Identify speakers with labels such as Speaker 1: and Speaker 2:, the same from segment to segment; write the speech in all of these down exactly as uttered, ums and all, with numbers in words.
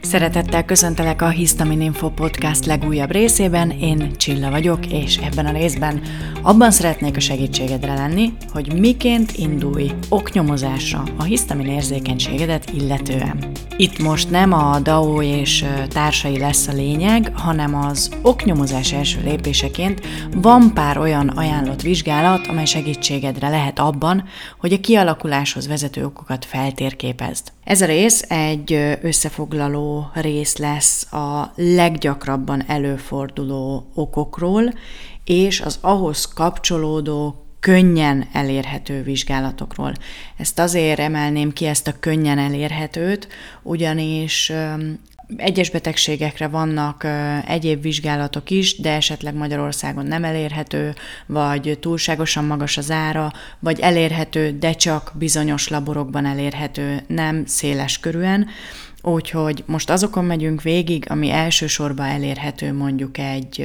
Speaker 1: Szeretettel köszöntelek a Hisztamin Info Podcast legújabb részében, én Csilla vagyok, és ebben a részben abban szeretnék a segítségedre lenni, hogy miként indulj oknyomozásra a hisztamin érzékenységedet illetően. Itt most nem a dé á o és társai lesz a lényeg, hanem az oknyomozás első lépéseként van pár olyan ajánlott vizsgálat, amely segítségedre lehet abban, hogy a kialakuláshoz vezető okokat feltérképezd. Ez a rész egy összefoglaló rész lesz a leggyakrabban előforduló okokról, és az ahhoz kapcsolódó könnyen elérhető vizsgálatokról. Ezt azért emelném ki, ezt a könnyen elérhetőt, ugyanis egyes betegségekre vannak egyéb vizsgálatok is, de esetleg Magyarországon nem elérhető, vagy túlságosan magas az ára, vagy elérhető, de csak bizonyos laborokban elérhető, nem széles körűen. Úgyhogy most azokon megyünk végig, ami elsősorban elérhető mondjuk egy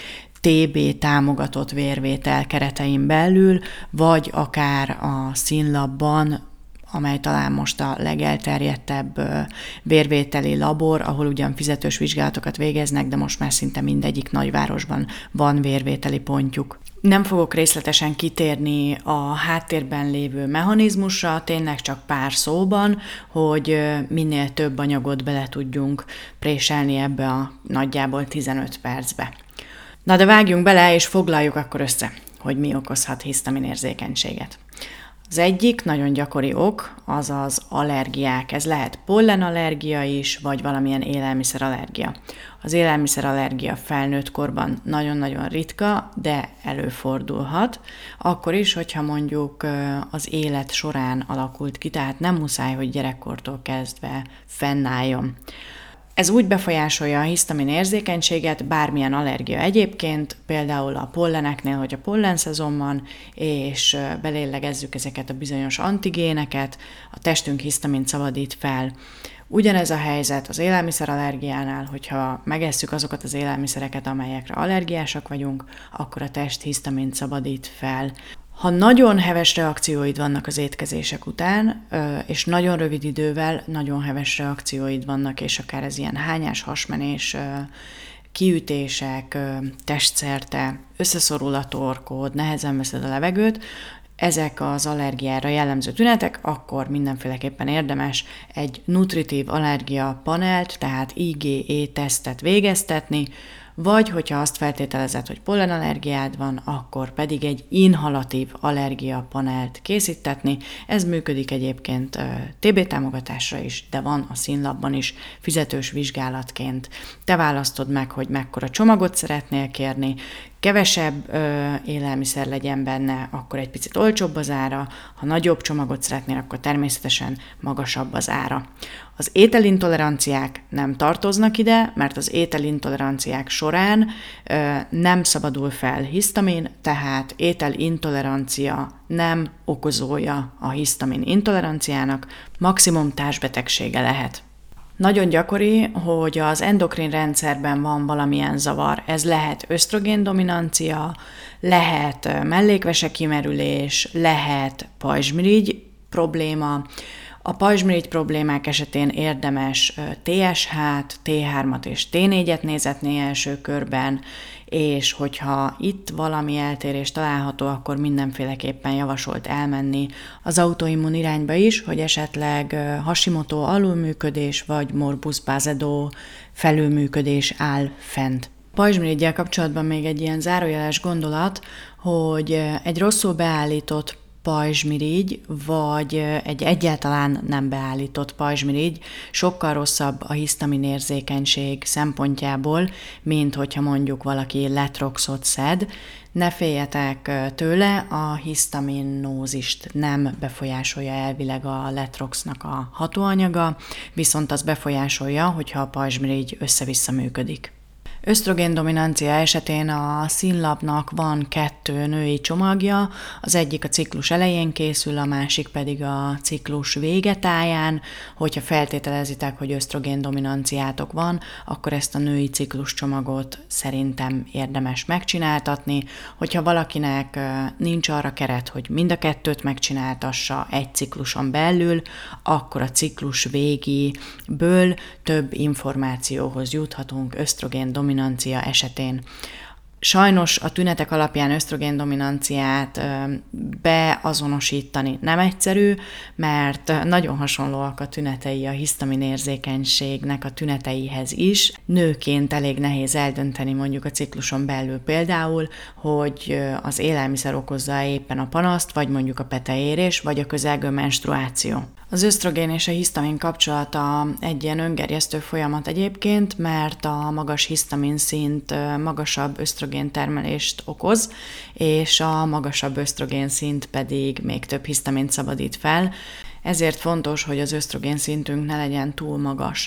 Speaker 1: té bé támogatott vérvétel keretein belül, vagy akár a színlabban, amely talán most a legelterjedtebb vérvételi labor, ahol ugyan fizetős vizsgálatokat végeznek, de most már szinte mindegyik nagyvárosban van vérvételi pontjuk. Nem fogok részletesen kitérni a háttérben lévő mechanizmusra, tényleg csak pár szóban, hogy minél több anyagot bele tudjunk préselni ebbe a nagyjából tizenöt percbe. Na de vágjunk bele, és foglaljuk akkor össze, hogy mi okozhat hisztaminérzékenységet. Az egyik nagyon gyakori ok az az allergiák. Ez lehet pollenallergia is, vagy valamilyen élelmiszerallergia. Az élelmiszerallergia felnőtt korban nagyon-nagyon ritka, de előfordulhat. Akkor is, hogyha mondjuk az élet során alakult ki, tehát nem muszáj, hogy gyerekkortól kezdve fennálljon. Ez úgy befolyásolja a hisztamin érzékenységet, bármilyen allergia egyébként, például a polleneknél, hogy a pollenszezon van, és belélegezzük ezeket a bizonyos antigéneket, a testünk hisztamint szabadít fel. Ugyanez a helyzet az élelmiszerallergiánál, hogyha megesszük azokat az élelmiszereket, amelyekre allergiásak vagyunk, akkor a test hisztamint szabadít fel. Ha nagyon heves reakcióid vannak az étkezések után, és nagyon rövid idővel nagyon heves reakcióid vannak, és akár ez ilyen hányás, hasmenés, kiütések, testszerte, összeszorul a torkod, nehezen veszed a levegőt, ezek az allergiára jellemző tünetek, akkor mindenféleképpen érdemes egy nutritív allergia panelt, tehát i gé é-tesztet végeztetni, vagy hogyha azt feltételezed, hogy pollenallergiád van, akkor pedig egy inhalatív allergia panelt készítetni. Ez működik egyébként té bé támogatásra is, de van a színlabban is fizetős vizsgálatként. Te választod meg, hogy mekkora csomagot szeretnél kérni, kevesebb ö, élelmiszer legyen benne, akkor egy picit olcsóbb az ára, ha nagyobb csomagot szeretnél, akkor természetesen magasabb az ára. Az ételintoleranciák nem tartoznak ide, mert az ételintoleranciák során ö, nem szabadul fel hisztamin, tehát ételintolerancia nem okozója a hisztamin intoleranciának, maximum társbetegsége lehet. Nagyon gyakori, hogy az endokrin rendszerben van valamilyen zavar. Ez lehet ösztrogén dominancia, lehet mellékvese kimerülés, lehet pajzsmirigy probléma. A pajzsmirigy problémák esetén érdemes té es há-t, té hármat és té négyet nézetni első körben, és hogyha itt valami eltérés található, akkor mindenféleképpen javasolt elmenni az autoimmun irányba is, hogy esetleg Hashimoto alulműködés vagy morbus basedow felülműködés áll fent. Pajzsmiriggyel kapcsolatban még egy ilyen zárójeles gondolat, hogy egy rosszul beállított pajzsmirigy, vagy egy egyáltalán nem beállított pajzsmirigy sokkal rosszabb a hisztamin érzékenység szempontjából, mint hogyha mondjuk valaki letroxot szed. Ne féljetek tőle, a hisztaminózist nem befolyásolja elvileg a letroxnak a hatóanyaga, viszont az befolyásolja, hogyha a pajzsmirigy össze-vissza működik. Ösztrogén dominancia esetén a színlapnak van kettő női csomagja, az egyik a ciklus elején készül, a másik pedig a ciklus végetáján. Hogyha feltételezitek, hogy ösztrogén dominanciátok van, akkor ezt a női ciklus csomagot szerintem érdemes megcsináltatni. Hogyha valakinek nincs arra keret, hogy mind a kettőt megcsináltassa egy cikluson belül, akkor a ciklus végiből több információhoz juthatunk ösztrogén dominanciáról esetén. Sajnos a tünetek alapján ösztrogén dominanciát beazonosítani nem egyszerű, mert nagyon hasonlóak a tünetei a hisztaminérzékenységnek a tüneteihez is. Nőként elég nehéz eldönteni mondjuk a cikluson belül például, hogy az élelmiszer okozza éppen a panaszt, vagy mondjuk a peteérés, vagy a közelgő menstruáció. Az ösztrogén és a hisztamin kapcsolata egy ilyen öngerjesztő folyamat egyébként, mert a magas hisztamin szint magasabb ösztrogén termelést okoz, és a magasabb ösztrogén szint pedig még több hisztamint szabadít fel. Ezért fontos, hogy az ösztrogén szintünk ne legyen túl magas.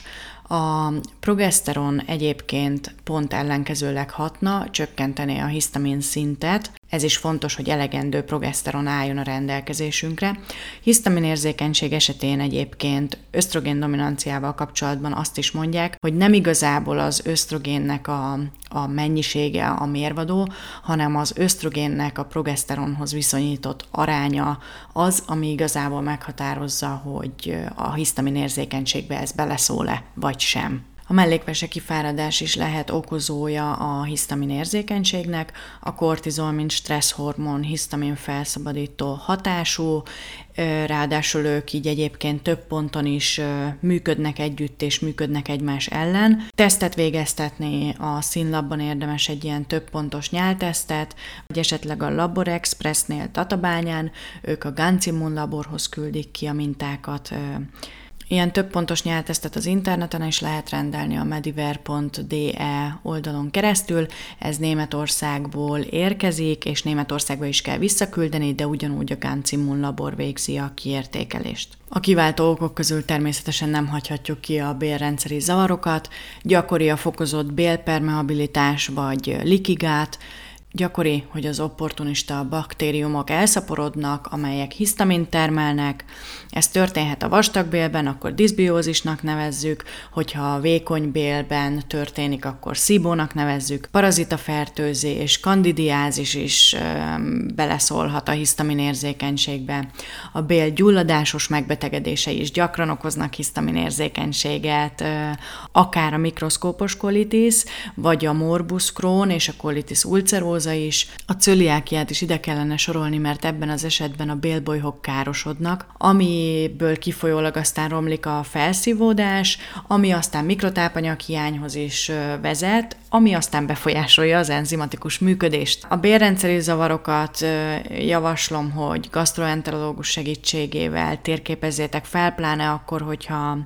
Speaker 1: A progeszteron egyébként pont ellenkezőleg hatna, csökkentené a hisztamin szintet. Ez is fontos, hogy elegendő progeszteron álljon a rendelkezésünkre. Hisztaminérzékenység esetén egyébként ösztrogén dominanciával kapcsolatban azt is mondják, hogy nem igazából az ösztrogénnek a, a mennyisége a mérvadó, hanem az ösztrogénnek a progeszteronhoz viszonyított aránya az, ami igazából meghatározza, hogy a hisztaminérzékenységbe ez beleszól-e, vagy sem. A mellékvese kifáradás is lehet okozója a hisztaminérzékenységnek, a kortizol, mint stresszhormon, hisztamin felszabadító hatású, ráadásul ők így egyébként több ponton is működnek együtt és működnek egymás ellen. Tesztet végeztetni a színlapban érdemes egy ilyen több pontos nyáltesztet, vagy esetleg a Labor Expressnél Tatabányán, ők a Gancimmun laborhoz küldik ki a mintákat. Ilyen több pontos nyáltesztet az interneten is lehet rendelni a mediver pont de oldalon keresztül. Ez Németországból érkezik, és Németországba is kell visszaküldeni, de ugyanúgy a Gancimmun labor végzi a kiértékelést. A kiváltó okok közül természetesen nem hagyhatjuk ki a bélrendszeri zavarokat, gyakori a fokozott bélpermeabilitás vagy likigát, gyakori, hogy az opportunista baktériumok elszaporodnak, amelyek hisztamint termelnek. Ez történhet a vastagbélben, akkor diszbiózisnak nevezzük, hogyha a vékony bélben történik, akkor szibónak nevezzük. Parazitafertőzés, kandidiázis is ö, beleszólhat a hisztaminérzékenységbe. A bél gyulladásos megbetegedései is gyakran okoznak hisztaminérzékenységet, ö, akár a mikroszkópos kolitis, vagy a morbus Crohn és a colitis ulceróza is. A cöliákiát is ide kellene sorolni, mert ebben az esetben a bélbolyhok károsodnak, amiből kifolyólag aztán romlik a felszívódás, ami aztán mikrotápanyaghiányhoz is vezet, ami aztán befolyásolja az enzimatikus működést. A bélrendszeri zavarokat javaslom, hogy gasztroenterológus segítségével térképezzétek fel, pláne akkor, hogyha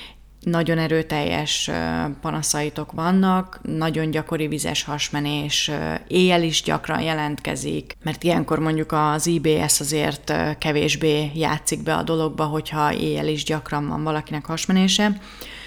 Speaker 1: nagyon erőteljes panaszaitok vannak, nagyon gyakori vizes hasmenés, éjjel is gyakran jelentkezik, mert ilyenkor mondjuk az i bé es azért kevésbé játszik be a dologba, hogyha éjjel is gyakran van valakinek hasmenése.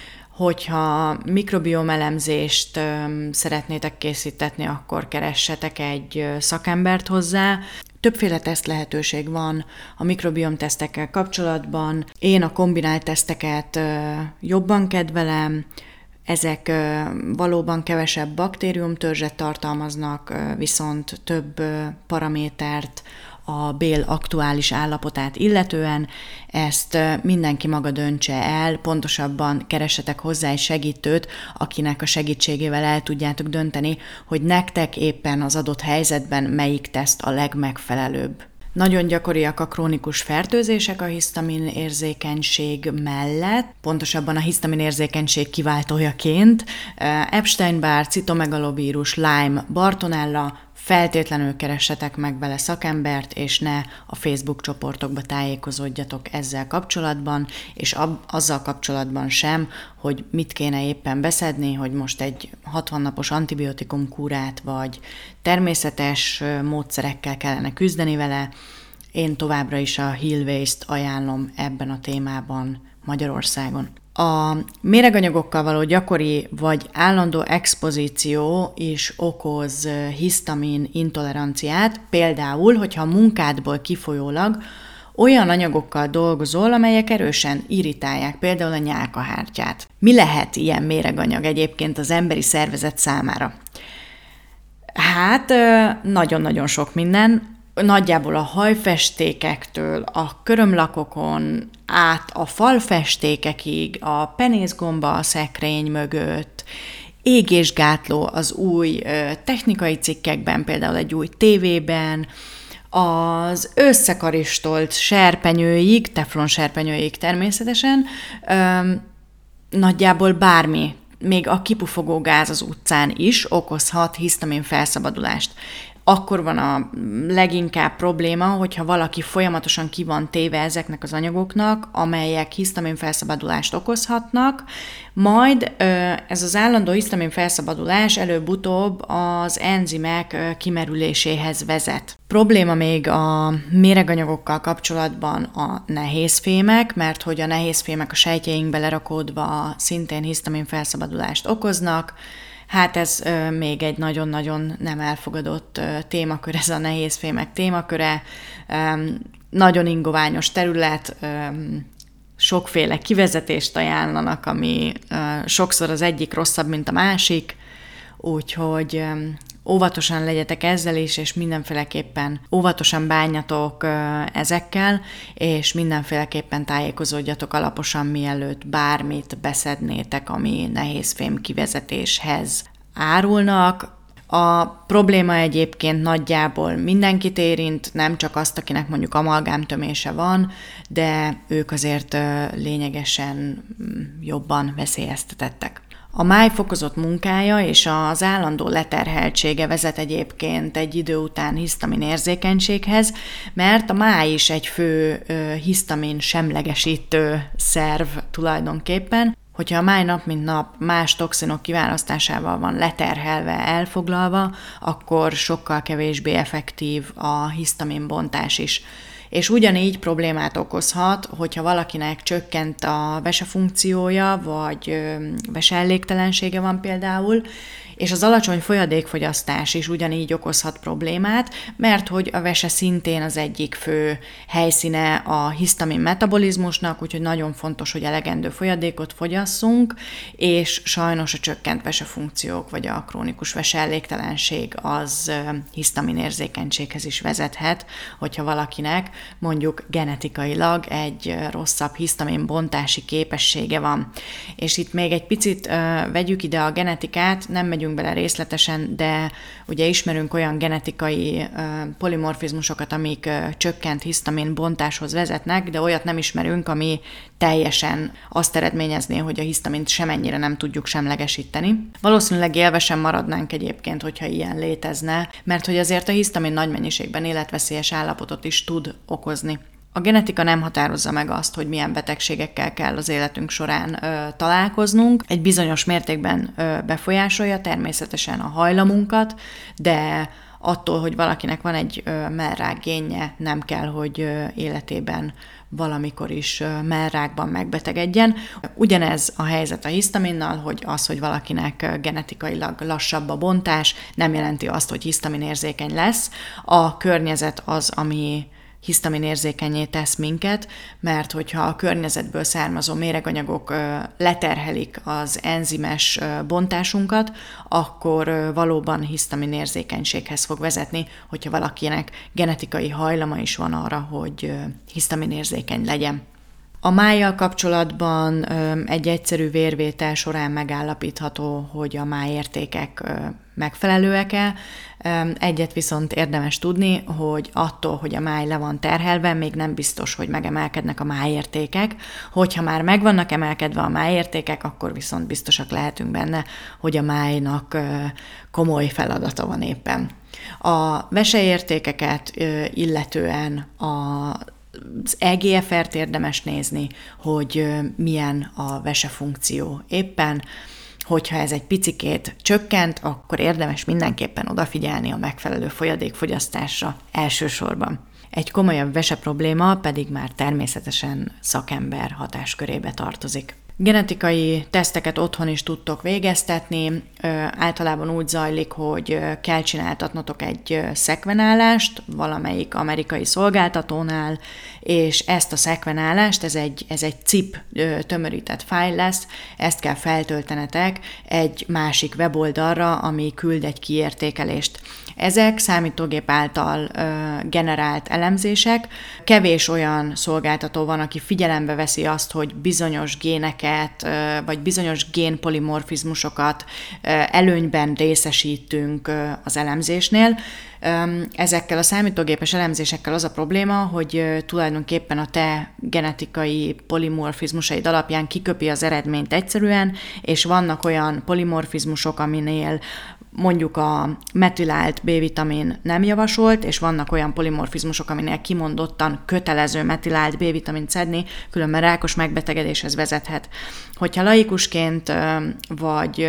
Speaker 1: Hogyha mikrobiomelemzést szeretnétek készítetni, akkor keressetek egy szakembert hozzá. Többféle teszt lehetőség van a mikrobiom tesztekkel kapcsolatban. Én a kombinált teszteket jobban kedvelem, ezek valóban kevesebb baktériumtörzset tartalmaznak, viszont több paramétert a bél aktuális állapotát illetően. Ezt mindenki maga döntse el, pontosabban keressetek hozzá egy segítőt, akinek a segítségével el tudjátok dönteni, hogy nektek éppen az adott helyzetben melyik teszt a legmegfelelőbb. Nagyon gyakoriak a krónikus fertőzések a hisztamin érzékenység mellett, pontosabban a hisztamin érzékenység kiváltójaként. Epstein-Barr, citomegalovírus, Lyme, Bartonella, feltétlenül keressetek meg vele szakembert, és ne a Facebook csoportokba tájékozódjatok ezzel kapcsolatban, és ab- azzal kapcsolatban sem, hogy mit kéne éppen beszedni, hogy most egy hatvan napos antibiotikum kúrát, vagy természetes módszerekkel kellene küzdeni vele. Én továbbra is a Healways-t ajánlom ebben a témában Magyarországon. A méreganyagokkal való gyakori vagy állandó expozíció is okoz hisztamin intoleranciát, például, hogyha a munkádból kifolyólag olyan anyagokkal dolgozol, amelyek erősen irritálják, például a nyálkahártyát. Mi lehet ilyen méreganyag egyébként az emberi szervezet számára? Hát nagyon-nagyon sok minden. Nagyjából a hajfestékektől, a körömlakokon át a falfestékekig, a penészgomba a szekrény mögött, égésgátló az új technikai cikkekben, például egy új tévében, az összekaristolt serpenyőig, teflon serpenyőig természetesen, nagyjából bármi, még a kipufogó gáz az utcán is okozhat hisztamin felszabadulást. Akkor van a leginkább probléma, hogyha valaki folyamatosan ki van téve ezeknek az anyagoknak, amelyek hisztamin felszabadulást okozhatnak, majd ez az állandó hisztamin felszabadulás előbb-utóbb az enzimek kimerüléséhez vezet. Probléma még a méreganyagokkal kapcsolatban a nehézfémek, mert hogy a nehézfémek a sejtjeinkbe lerakódva szintén hisztamin felszabadulást okoznak. Hát ez ö, még egy nagyon-nagyon nem elfogadott ö, témakör, ez a nehézfémek témaköre. Ö, nagyon ingoványos terület, ö, sokféle kivezetést ajánlanak, ami ö, sokszor az egyik rosszabb, mint a másik, úgyhogy ö, óvatosan legyetek ezzel is, és mindenféleképpen óvatosan bánjatok ö, ezekkel, és mindenféleképpen tájékozódjatok alaposan, mielőtt bármit beszednétek, ami nehézfém kivezetéshez árulnak. A probléma egyébként nagyjából mindenkit érint, nem csak azt, akinek mondjuk amalgámtömése van, de ők azért ö, lényegesen jobban veszélyeztetettek. A máj fokozott munkája és az állandó leterheltsége vezet egyébként egy idő után hisztamin érzékenységhez, mert a máj is egy fő hisztamin semlegesítő szerv tulajdonképpen. Hogyha a máj nap mint nap más toxinok kiválasztásával van leterhelve, elfoglalva, akkor sokkal kevésbé effektív a hisztamin bontás is. És ugyanígy problémát okozhat, hogyha valakinek csökkent a vesefunkciója, vagy veseelégtelensége van például, és az alacsony folyadékfogyasztás is ugyanígy okozhat problémát, mert hogy a vese szintén az egyik fő helyszíne a hisztamin metabolizmusnak, úgyhogy nagyon fontos, hogy elegendő folyadékot fogyasszunk, és sajnos a csökkent vesefunkciók vagy a krónikus veseelégtelenség az hisztamin érzékenységhez is vezethet, hogyha valakinek mondjuk genetikailag egy rosszabb hisztamin bontási képessége van. És itt még egy picit vegyük ide a genetikát, nem megyünk bele részletesen, de ugye ismerünk olyan genetikai uh, polimorfizmusokat, amik uh, csökkent hisztamin bontáshoz vezetnek, de olyat nem ismerünk, ami teljesen azt eredményezné, hogy a hisztamint semennyire nem tudjuk semlegesíteni. Valószínűleg élve sem maradnánk egyébként, hogyha ilyen létezne, mert hogy azért a hisztamin nagy mennyiségben életveszélyes állapotot is tud okozni. A genetika nem határozza meg azt, hogy milyen betegségekkel kell az életünk során ö, találkoznunk. Egy bizonyos mértékben ö, befolyásolja természetesen a hajlamunkat, de attól, hogy valakinek van egy ö, mellrák génje, nem kell, hogy ö, életében valamikor is ö, mellrákban megbetegedjen. Ugyanez a helyzet a hisztaminnal, hogy az, hogy valakinek ö, genetikailag lassabb a bontás, nem jelenti azt, hogy hisztaminérzékeny lesz. A környezet az, ami hisztamin érzékennyé tesz minket, mert hogyha a környezetből származó méreganyagok leterhelik az enzimes bontásunkat, akkor valóban hisztamin érzékenységhez fog vezetni, hogyha valakinek genetikai hajlama is van arra, hogy hisztamin érzékeny legyen. A májjal kapcsolatban egy egyszerű vérvétel során megállapítható, hogy a májértékek megfelelőek-e. Egyet viszont érdemes tudni, hogy attól, hogy a máj le van terhelve, még nem biztos, hogy megemelkednek a májértékek. Hogyha már meg vannak emelkedve a májértékek, akkor viszont biztosak lehetünk benne, hogy a májnak komoly feladata van éppen. A veseértékeket illetően a az é gé ef er-t érdemes nézni, hogy milyen a vesefunkció éppen. Hogyha ez egy picikét csökkent, akkor érdemes mindenképpen odafigyelni a megfelelő folyadékfogyasztásra elsősorban. Egy komolyabb vese probléma pedig már természetesen szakember hatáskörébe tartozik. Genetikai teszteket otthon is tudtok végeztetni, általában úgy zajlik, hogy kell csináltatnotok egy szekvenálást valamelyik amerikai szolgáltatónál, és ezt a szekvenálást, ez egy, ez egy zip tömörített fájl lesz, ezt kell feltöltenetek egy másik weboldalra, ami küld egy kiértékelést. Ezek számítógép által ö, generált elemzések. Kevés olyan szolgáltató van, aki figyelembe veszi azt, hogy bizonyos géneket, ö, vagy bizonyos génpolimorfizmusokat ö, előnyben részesítünk ö, az elemzésnél. Ö, ezekkel a számítógépes elemzésekkel az a probléma, hogy ö, tulajdonképpen a te genetikai polimorfizmusaid alapján kiköpi az eredményt egyszerűen, és vannak olyan polimorfizmusok, aminél mondjuk a metilált B-vitamin nem javasolt, és vannak olyan polimorfizmusok, aminél kimondottan kötelező metilált B-vitamint szedni, különben rákos megbetegedéshez vezethet. Hogyha laikusként vagy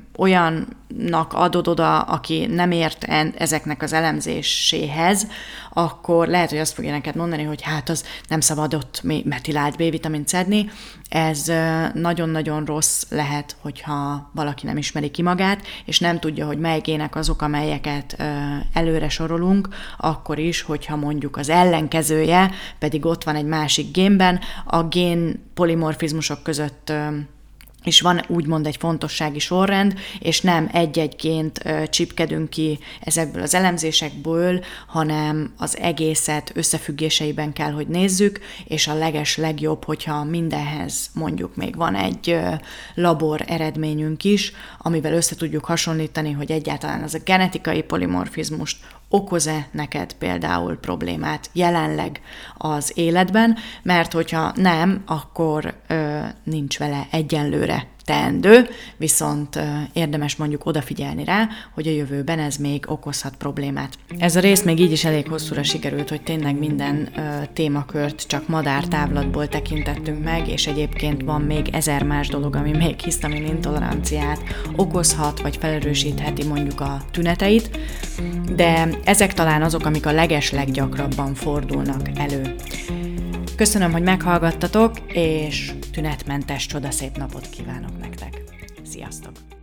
Speaker 1: olyannak adod oda, aki nem ért ezeknek az elemzéséhez, akkor lehet, hogy azt fogja neked mondani, hogy hát az nem szabad ott metilált B-vitamint szedni. Ez nagyon-nagyon rossz lehet, hogyha valaki nem ismeri ki magát, és nem tudja, hogy mely gének azok, amelyeket előre sorolunk, akkor is, hogyha mondjuk az ellenkezője pedig ott van egy másik génben, a gén polimorfizmusok között és van úgymond egy fontossági sorrend, és nem egy-egy gént csipkedünk ki ezekből az elemzésekből, hanem az egészet összefüggéseiben kell, hogy nézzük, és a leges legjobb, hogyha mindenhez mondjuk még van egy labor eredményünk is, amivel össze tudjuk hasonlítani, hogy egyáltalán az a genetikai polimorfizmust okoz-e neked például problémát jelenleg az életben, mert hogyha nem, akkor ö, nincs vele egyenlőre teendő, viszont ö, érdemes mondjuk odafigyelni rá, hogy a jövőben ez még okozhat problémát. Ez a rész még így is elég hosszúra sikerült, hogy tényleg minden ö, témakört csak madártávlatból tekintettünk meg, és egyébként van még ezer más dolog, ami még hisztamin intoleranciát okozhat, vagy felerősítheti mondjuk a tüneteit, de ezek talán azok, amik a legesleggyakrabban fordulnak elő. Köszönöm, hogy meghallgattatok, és tünetmentes, csodaszép napot kívánok nektek. Sziasztok!